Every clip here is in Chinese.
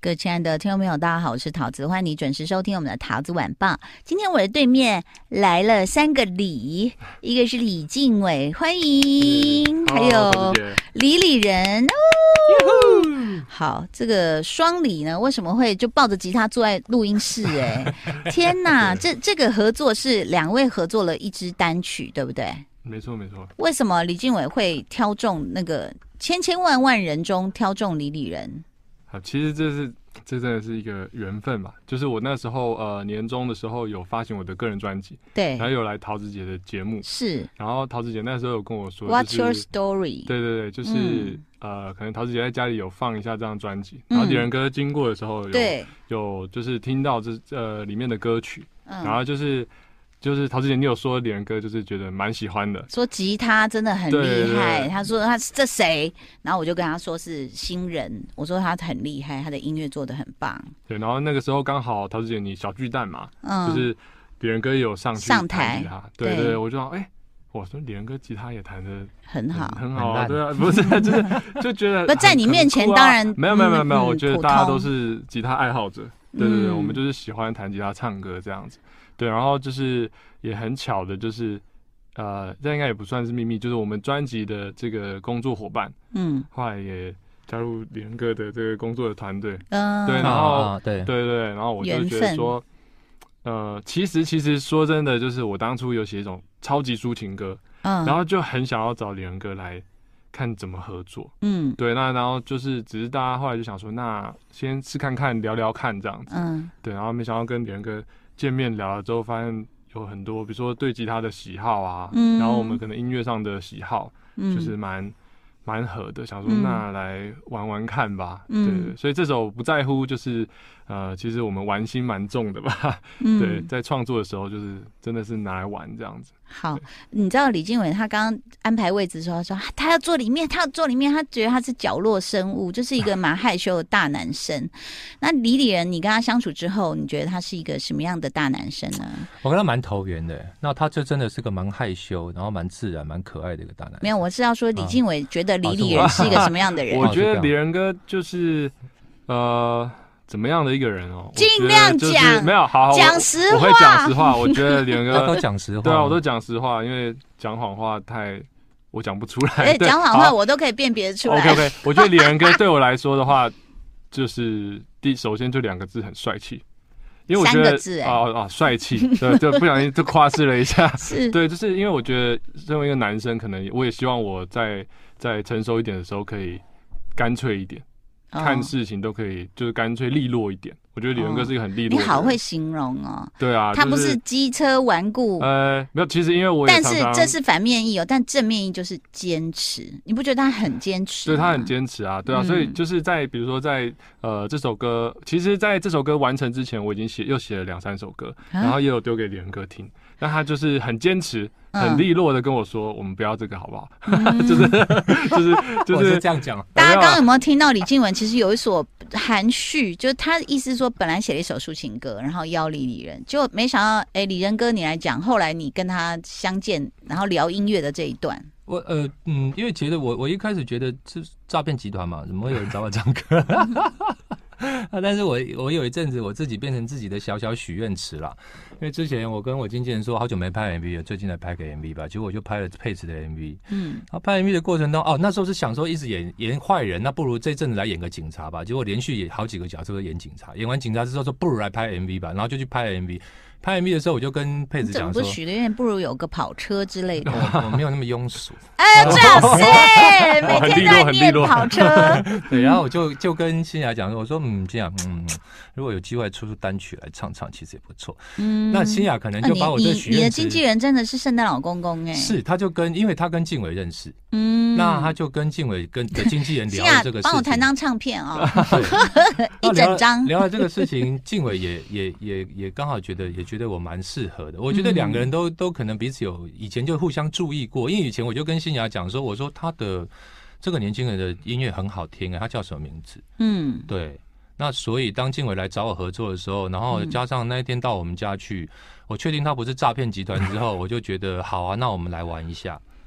各位亲爱的听众朋友，大家好，我是桃子，欢迎你准时收听我们的桃子晚报。今天我的对面来了3个李，一个是李静伟，欢迎，还有李李仁哦。好，这个双李呢，为什么会就抱着吉他坐在录音室？天哪，这个合作是2位合作了一支单曲，对不对？ 没错没错。 为什么李静伟会挑中那个千万人中挑中李李仁？ 好，其实这真的是一个缘分嘛，就是我那时候年中的时候有发行我的个人专辑， 对， 然后有来桃子姐的节目，是，然后桃子姐那时候有跟我说 What's your story？ 对对对，就是可能桃子姐在家里有放一下这张专辑，然后李仁哥经过的时候有就是听到里面的歌曲，然后就是桃子姐，你有说李仁哥就是觉得蛮喜欢的， 说吉他真的很厉害。他说这谁？然后我就跟他说是新人，我说他很厉害，他的音乐做得很棒。对， 然后那个时候刚好桃子姐你小巨蛋嘛，就是李仁哥也有上台，对对对，我就我说李仁哥吉他也弹得很好， 很好啊，对啊，不是就觉得不在你面前当然没有，我觉得大家都是吉他爱好者，对对对，我们就是喜欢弹吉他唱歌这样子。对，然后就是也很巧的，就是这应该也不算是秘密，就是我们专辑的这个工作伙伴，后来也加入李仁哥的这个工作的团队，对，然后对，然后我就觉得说，其实说真的，就是我当初有写一种超级抒情歌，然后就很想要找李仁哥来看怎么合作，对，那然后就是只是大家后来就想说，那先试看看聊聊看这样子，对，然后没想到跟李仁哥见面聊了之后，发现有很多，比如说对吉他的喜好啊，然后我们可能音乐上的喜好，就是蛮合的，想说那来玩玩看吧，对，所以这首不在乎就是其实我们玩心蛮重的吧，对，在创作的时候就是真的是拿来玩这样子。 好，你知道李静伟他刚刚安排位置的时候，他说他要坐里面，他觉得他是角落生物，就是一个蛮害羞的大男生。那李李仁，你跟他相处之后，你觉得他是一个什么样的大男生呢？ 我跟他蛮投缘的，那他就真的是个蛮害羞，然后蛮自然、蛮可爱的一个大男生。 没有，我是要说李静伟觉得李李仁是一个什么样的人？ 我觉得李仁哥就是怎么样的一个人哦？ 尽量讲， 没有好讲实话， 我会讲实话。我觉得李仁哥都讲实话， 对啊，我都讲实话，因为讲谎话我讲不出来。 讲谎话我都可以辨别出来。 OK， 我觉得李仁哥对我来说的话，就是首先就2个字，很帅气。因为我觉得 3个字帅气，对，就不小心就夸饰了一下。对，就是因为我觉得身为一个男生，可能我也希望我在成熟一点的时候可以干脆一点。看事情都可以，就是干脆利落一点。我觉得李仁哥是一个很利落的人。 你好会形容哦。 对啊， 他不是机车顽固。 没有，其实因为我也常常， 但是这是反面意哦，但正面意就是坚持。你不觉得他很坚持？ 对，他很坚持啊，对啊，所以就是比如说在这首歌，其实在这首歌完成之前，我已经又写了2、3首歌，然后也有丢给李仁哥听。那他就是很坚持、很利落的跟我说：“我们不要这个，好不好？”就是这样讲。 大家刚刚有没有听到李静文？其实有一所含蓄，就是他的意思说，本来写了一首抒情歌，然后邀李仁，结果没想到，李仁哥你来讲，后来你跟他相见，然后聊音乐的这一段。 因为觉得我一开始觉得是诈骗集团嘛，怎么会有人找我唱歌？但是我有一阵子我自己变成自己的小小许愿池啦，因为之前我跟我经纪人说好久没拍 MV 了，最近来拍个 MV 吧，结果我就拍了佩慈的 MV，然后拍 MV 的过程中，那时候是想说一直演坏人，那不如这阵子来演个警察吧，结果连续演好几个角色都演警察，演完警察之后说不如来拍 MV 吧，然后就去拍 MV。拍 MV 的时候，我就跟佩子讲说：“ 不许的，有点不如有个跑车之类的。” 我没有那么庸俗。 最好是每天在念跑车。 对，然后我就跟欣雅讲说：“我说这样，如果有机会出单曲来唱唱，其实也不错。”那欣雅可能就把我这许愿池， 你的经纪人真的是圣诞老公公是，他就因为他跟静伟认识，那他就跟静伟的经纪人聊了这个事情。 帮我谈张唱片哦，一整张聊了这个事情，静伟也刚好觉得我蛮适合的。我觉得2个人都可能彼此以前就互相注意过，因为以前我就跟欣雅讲说，我说他的这个年轻人的音乐很好听他叫什么名字？对。那所以当静伟来找我合作的时候，然后加上那一天到我们家去，我确定他不是诈骗集团之后，我就觉得好啊，那我们来玩一下。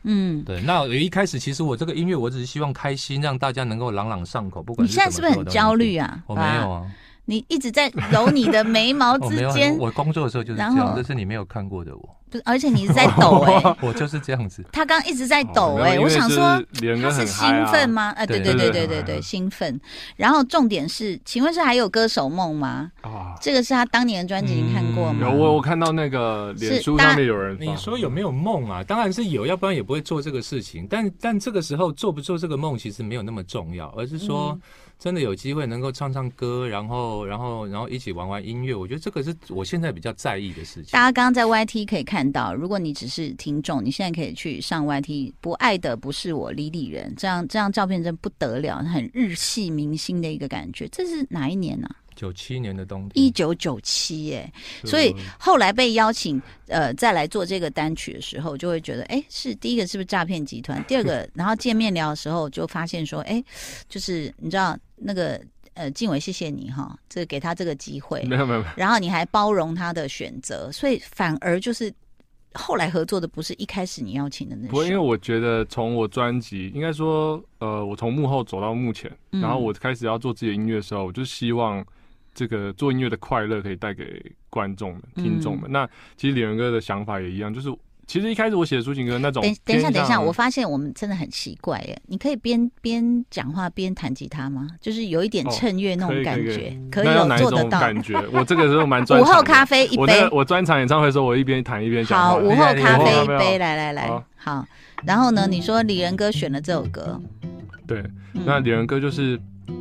对。那我一开始其实我这个音乐，我只是希望开心，让大家能够朗朗上口。不管你现在是不是很焦虑啊？ 我没有啊。 你一直在揉你的眉毛之间。 我工作的时候就是这样，这是你没有看过的我。 不是，而且你是在抖我就是这样子。 他刚刚一直在抖我想说他是兴奋吗？对，兴奋。然后重点是，请问是还有歌手梦吗？这个是他当年的专辑，你看过吗？ 有，我看到那个脸书上面有人发。 你说有没有梦啊？当然是有，要不然也不会做这个事情。但这个时候做不做这个梦其实没有那么重要，而是说真的有机会能够唱唱歌，然后一起玩音乐，我觉得这个是我现在比较在意的事情。 大家刚刚在 YT 可以看到，如果你只是听众，你现在可以去上 YT， 不爱的不是我李李仁，这样照片真不得了，很日系明星的一个感觉。这是哪一年啊 ？97年的冬天 ，1997所以后来被邀请再来做这个单曲的时候，就会觉得是第一个是不是诈骗集团，第二个然后见面聊的时候就发现说就是你知道那个静伟谢谢你哈，这给他这个机会， 没有， 然后你还包容他的选择，所以反而就是后来合作的不是一开始你邀请的那。 不过因为我觉得从我专辑应该说我从幕后走到幕前，然后我开始要做自己的音乐的时候，我就希望这个做音乐的快乐可以带给观众们、听众们。那其实李仁哥的想法也一样，就是其实一开始我写的抒情歌那种。 等一下，我发现我们真的很奇怪耶！你可以边讲话边弹吉他吗？就是有一点衬乐那种感觉，可以有做得到感觉。我这个时候蛮专长的。 午后咖啡一杯， 我专场演唱会的时候，我一边弹一边讲话。 好，午后咖啡一杯，来，好。然后呢，你说李仁哥选了这首歌， 对，那李仁哥就是。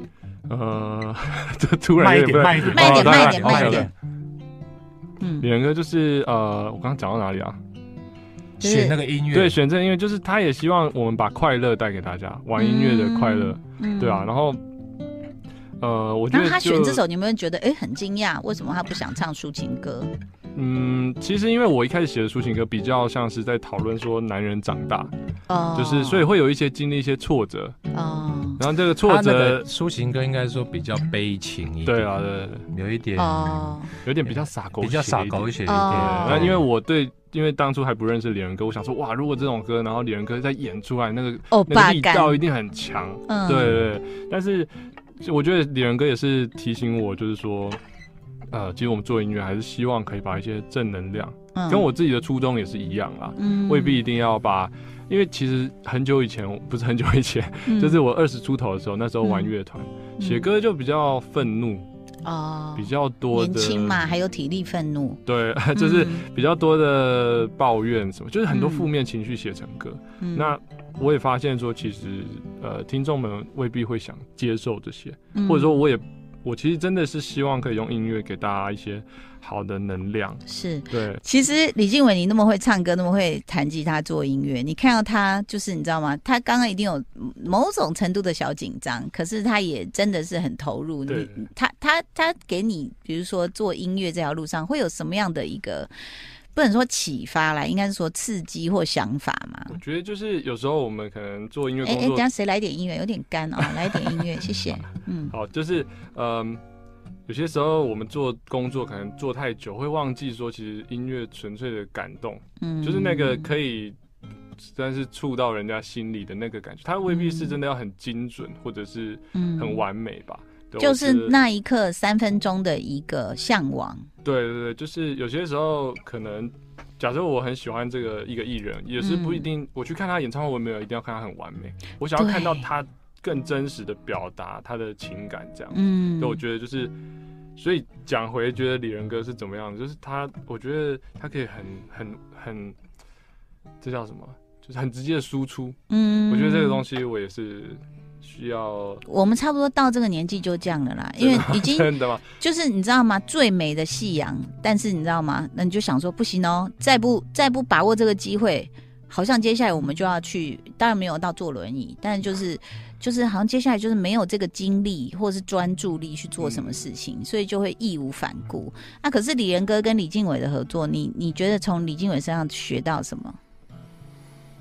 这突然有点慢一点。 李仁哥就是我刚刚讲到哪里啊？ 选那个音乐， 对，选这个音乐，就是他也希望我们把快乐带给大家，玩音乐的快乐，对啊。然后我觉得他选这首，你有没有觉得很惊讶？为什么他不想唱抒情歌？ 其实因为我一开始写的抒情歌比较像是在讨论说男人长大，就是所以会有一些经历一些挫折，然后这个挫折， 抒情歌应该说比较悲情一点， 对啊，对， 有一点， 有点比较洒狗血， 比较洒狗血一点。 那因为当初还不认识李仁哥，我想说哇，如果这种歌，然后李仁哥再演出来，那个力道一定很强，对。但是我觉得李仁哥也是提醒我，就是说。其实我们做音乐还是希望可以把一些正能量，跟我自己的初衷也是一样啦，未必一定要把，因为其实很久以前，不是很久以前，就是我20出头的时候，那时候玩乐团，写歌就比较愤怒，比较多的年轻嘛，还有体力愤怒， 对，就是比较多的抱怨什么，就是很多负面情绪写成歌。那我也发现说，其实听众们未必会想接受这些，或者说我其实真的是希望可以用音乐给大家一些好的能量。是，对。 其实李静伟你那么会唱歌，那么会弹吉他做音乐，你看到他就是你知道吗？他刚刚一定有某种程度的小紧张，可是他也真的是很投入。 对， 他给你比如说做音乐这条路上会有什么样的一个？不能说启发啦，应该是说刺激或想法嘛。 我觉得就是有时候我们可能做音乐工作， 等一下谁来点音乐？有点干哦，来点音乐，谢谢。 好，就是有些时候我们做工作可能做太久，会忘记说其实音乐纯粹的感动，就是那个可以，但是触到人家心里的那个感觉，它未必是真的要很精准或者是很完美吧。 就是那一刻3分钟的一个向往。 对，就是有些时候可能，假设我很喜欢一个艺人，也是不一定，我去看他演唱会，我没有一定要看他很完美，我想要看到他更真实的表达他的情感，这样。所以我觉得就是，所以讲回觉得李仁哥是怎么样的，就是我觉得他可以很，这叫什么？就是很直接的输出。我觉得这个东西我也是。需要我们差不多到这个年纪就这样了啦，因为已经真的吗？ 就是你知道吗？最美的夕阳，但是你知道吗？那你就想说不行哦，再不把握这个机会，好像接下来我们就要去，当然没有到坐轮椅，但就是好像接下来就是没有这个精力或是专注力去做什么事情，所以就会义无反顾。那可是李仁哥跟李静伟的合作，你觉得从李静伟身上学到什么？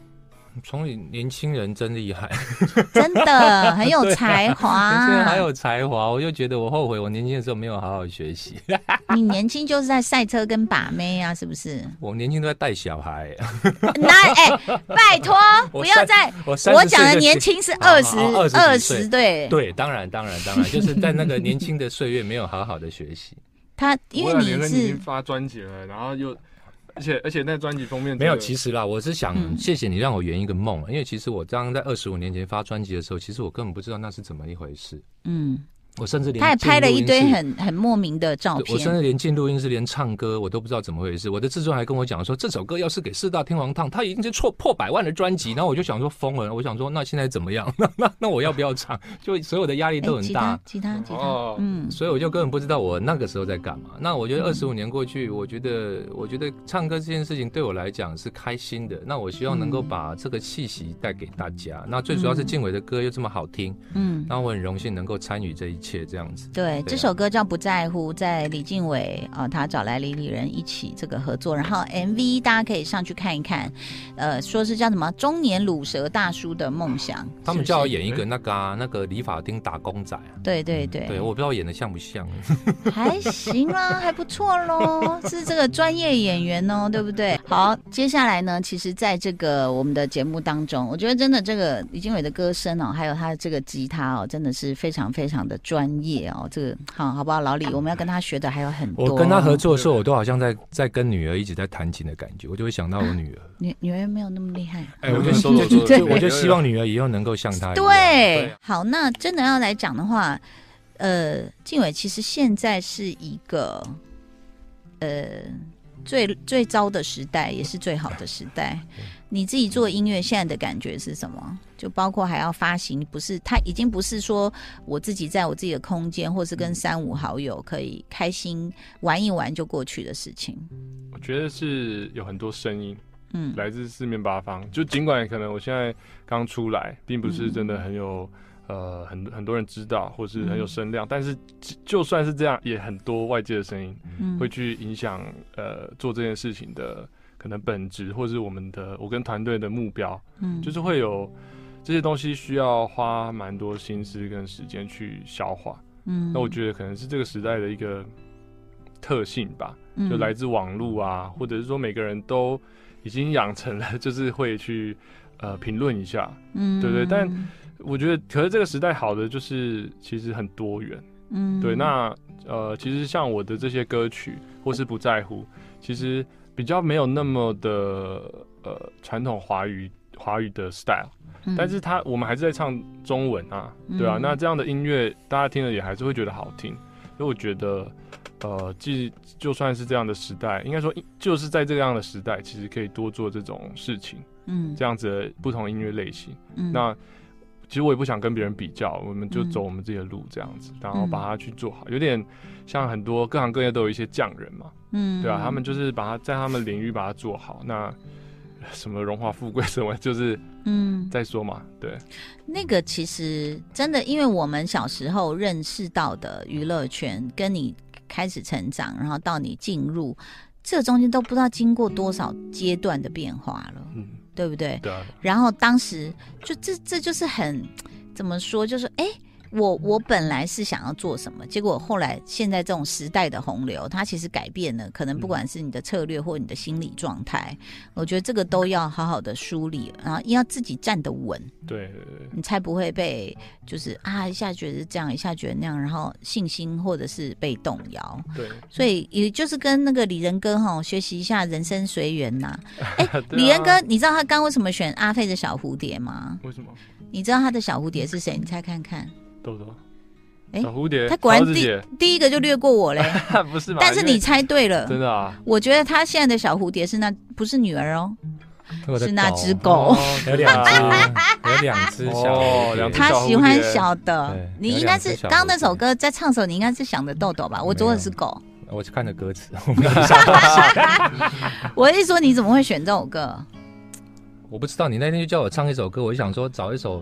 从年轻人真厉害， 真的很有才华。 年轻人还有才华，我就觉得我后悔我年轻的时候没有好好学习。 你年轻就是在赛车跟把妹啊，是不是？ 我年轻都在带小孩。 拜托，不要再我讲的年轻是20， 对，当然，就是在那个年轻的岁月没有好好的学习。 他因为你已经发专辑了，然后又。而且那专辑封面没有，其实啦，我是想谢谢你让我圆一个梦，因为其实我刚刚在25年前发专辑的时候，其实我根本不知道那是怎么一回事。我甚至连他也拍了一堆很莫名的照片， 我甚至连进录音室连唱歌我都不知道怎么回事。我的制作人还跟我讲说，这首歌要是给四大天王唱，他已经是破百万的专辑。然后我就想说疯了，我想说那现在怎么样？那我要不要唱？就所有的压力都很大。 吉他， 所以我就根本不知道我那个时候在干嘛。那我觉得25年过去，我觉得唱歌这件事情对我来讲是开心的。那我希望能够把这个气息带给大家。那最主要是靖伟的歌又这么好听，然后我很荣幸能够参与这一切这样子。 对，这首歌叫《不在乎》，在李靖伟他找来李人一起这个合作，然后 MV 大家可以上去看一看，说是叫什么中年鲁蛇大叔的梦想， 他们叫我演一个那个理发厅打工仔。 对， 我不知道演的像不像， 还行啦，还不错咯，是这个专业演员哦，对不对？好，接下来呢，其实在这个我们的节目当中，我觉得真的这个李靖伟的歌声哦，还有他的这个吉他哦，真的是非常非常的专业哦。这个好不好？老李，我们要跟他学的还有很多。 我跟他合作的时候，我都好像在跟女儿一直在弹琴的感觉，我就会想到我女儿。 女儿没有那么厉害。 我就希望女儿以后能够像他一样。 对，好，那真的要来讲的话，靖伟其实现在是一个最糟的时代，也是最好的时代。你自己做音乐现在的感觉是什么？就包括还要发行，它已经不是说我自己在我自己的空间，或是跟3-5好友可以开心玩一玩就过去的事情。 我觉得是有很多声音，来自四面八方。就尽管可能我现在刚出来，并不是真的很有很多人知道，或是很有声量，但是就算是这样，也很多外界的声音会去影响做这件事情的可能本质，或是我跟团队的目标，就是会有这些东西需要花蛮多心思跟时间去消化。那我觉得可能是这个时代的一个特性吧，就来自网络啊，或者是说每个人都已经养成了，就是会去评论一下，对不对？但我觉得，可是这个时代好的就是其实很多元，对。那其实像我的这些歌曲或是不在乎，其实比较没有那么的传统华语的 style，但是我们还是在唱中文啊，对啊。那这样的音乐大家听了也还是会觉得好听，所以我觉得就算是这样的时代，应该说就是在这样的时代，其实可以多做这种事情，这样子的不同音乐类型，那。其实我也不想跟别人比较，我们就走我们自己的路这样子，然后把它去做好，有点像很多各行各业都有一些匠人嘛，对啊，他们就是把它在他们领域把它做好，那什么荣华富贵什么就是再说嘛，对。 那个其实真的，因为我们小时候认识到的娱乐圈，跟你开始成长，然后到你进入，这中间都不知道经过多少阶段的变化了。对不对？ 对啊。 然后当时就这就是很怎么说，就是我本来是想要做什么，结果后来现在这种时代的洪流，它其实改变了，可能不管是你的策略或你的心理状态，我觉得这个都要好好的梳理，然后要自己站得稳， 对， 你才不会被就是一下觉得是这样，一下觉得那样，然后信心或者是被动摇。 对， 所以也就是跟那个李仁哥学习一下人生随缘呐。李仁哥，你知道他刚为什么选阿飞的小蝴蝶吗？ 为什么？ 你知道他的小蝴蝶是谁？你猜看看。 豆豆，小蝴蝶， 他果然第一个就略过我嘞， 不是吗？ 但是你猜对了， 真的啊！ 我觉得他现在的小蝴蝶是不是女儿哦，是那只狗， 有两只小， 他喜欢小的。你应该是刚刚那首歌在唱的时候，你应该是想的豆豆吧？我做的是狗， 我去看着歌词。 我一说你怎么会选这首歌？ 我不知道，你那天就叫我唱一首歌，我就想说找一首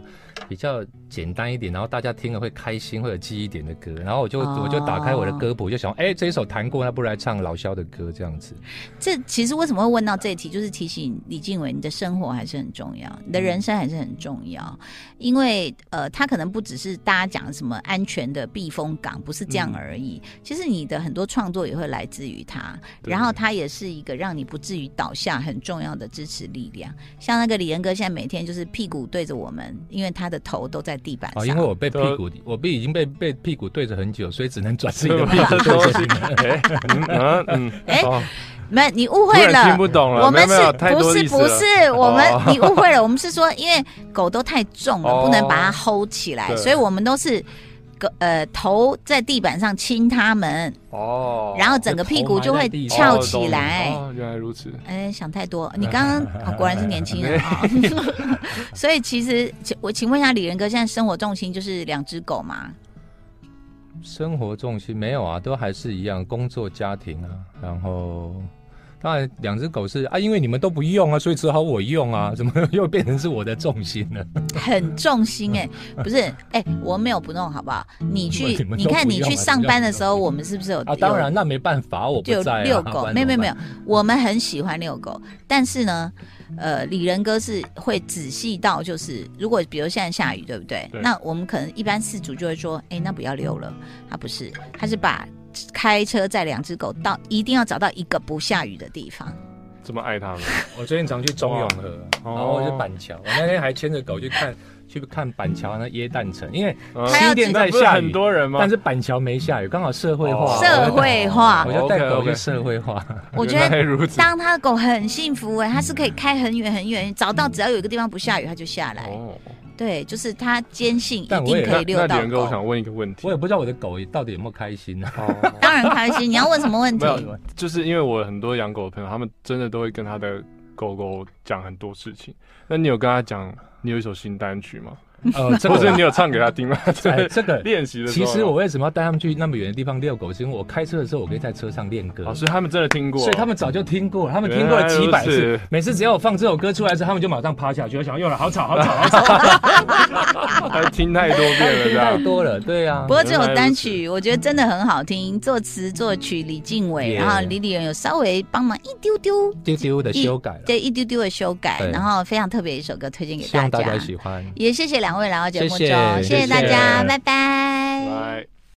比较简单一点，然后大家听了会开心，会有记忆点的歌。然后我就打开我的歌谱，就想，这一首弹过，那不如来唱老萧的歌这样子。 这其实为什么会问到这一题，就是提醒李静伟，你的生活还是很重要，你的人生还是很重要，因为他可能不只是大家讲什么安全的避风港，不是这样而已。其实你的很多创作也会来自于他，然后他也是一个让你不至于倒下很重要的支持力量。像那个李仁哥现在每天就是屁股对着我们，因为他的头都在地板上。 因为我被屁股，已经被屁股对着很久，所以只能转自己的屁股对着你们。 没，你误会了， 听不懂了。 我们是不是我们哦？ 你误会了，我们是说，因为狗都太重了，不能把它 hold 起来，所以我们都是头在地板上亲它们，然后整个屁股就会翘起来。 原来如此。 想太多。你刚刚果然是年轻人啊。所以其实我请问一下李仁哥，现在生活重心就是2只狗吗？ 生活重心没有啊，都还是一样，工作家庭啊，然后当然2只狗是因为你们都不用啊，所以只好我用啊，怎么又变成是我的重心了？ 很重心不是我没有不弄好不好？你看你去上班的时候，我们是不是有当然那没办法，我不在遛狗，没有，我们很喜欢遛狗，但是呢。李仁哥是会仔细到，就是如果比如现在下雨，对不对？那我们可能一般饲主就会说，那不要遛了。他不是，他是把开车载2只狗到，一定要找到一个不下雨的地方。 这么爱他们？ 我最近常去中永和，然后去板桥，我那天还牵着狗去看板桥那耶诞城，因为新店在下雨， 很多人吗？ 但是板桥没下雨，刚好社会化。 社会化， 我就带狗去社会化。 我觉得当他的狗很幸福他是可以开很远很远，找到只要有一个地方不下雨，他就下来。对，就是他坚信一定可以遛到狗。 那李哥，我想问一个问题， 我也不知道我的狗到底有没有开心啊？ 当然开心。你要问什么问题？ 就是因为我很多养狗的朋友，他们真的都会跟他的狗狗讲很多事情。那你有跟他讲你有一首新单曲吗？或者你有唱给他听吗？ 这个练习的时候， 其实我为什么要带他们去那么远的地方遛狗？是因为我开车的时候，我可以在车上练歌。 所以他们真的听过， 所以他们早就听过了，他们听过了几百次。每次只要我放这首歌出来的时候，他们就马上趴下去，我想用了，好吵，好吵，好吵。 他听太多遍了， 听太多了，对啊。 不过这首单曲我觉得真的很好听，作词作曲李静伟，然后李仁有稍微帮忙一丢丢的修改， 对，一丢丢的修改，然后非常特别一首歌推荐给大家， 希望大家喜欢。 也谢谢2位来到节目中，谢谢大家，拜拜。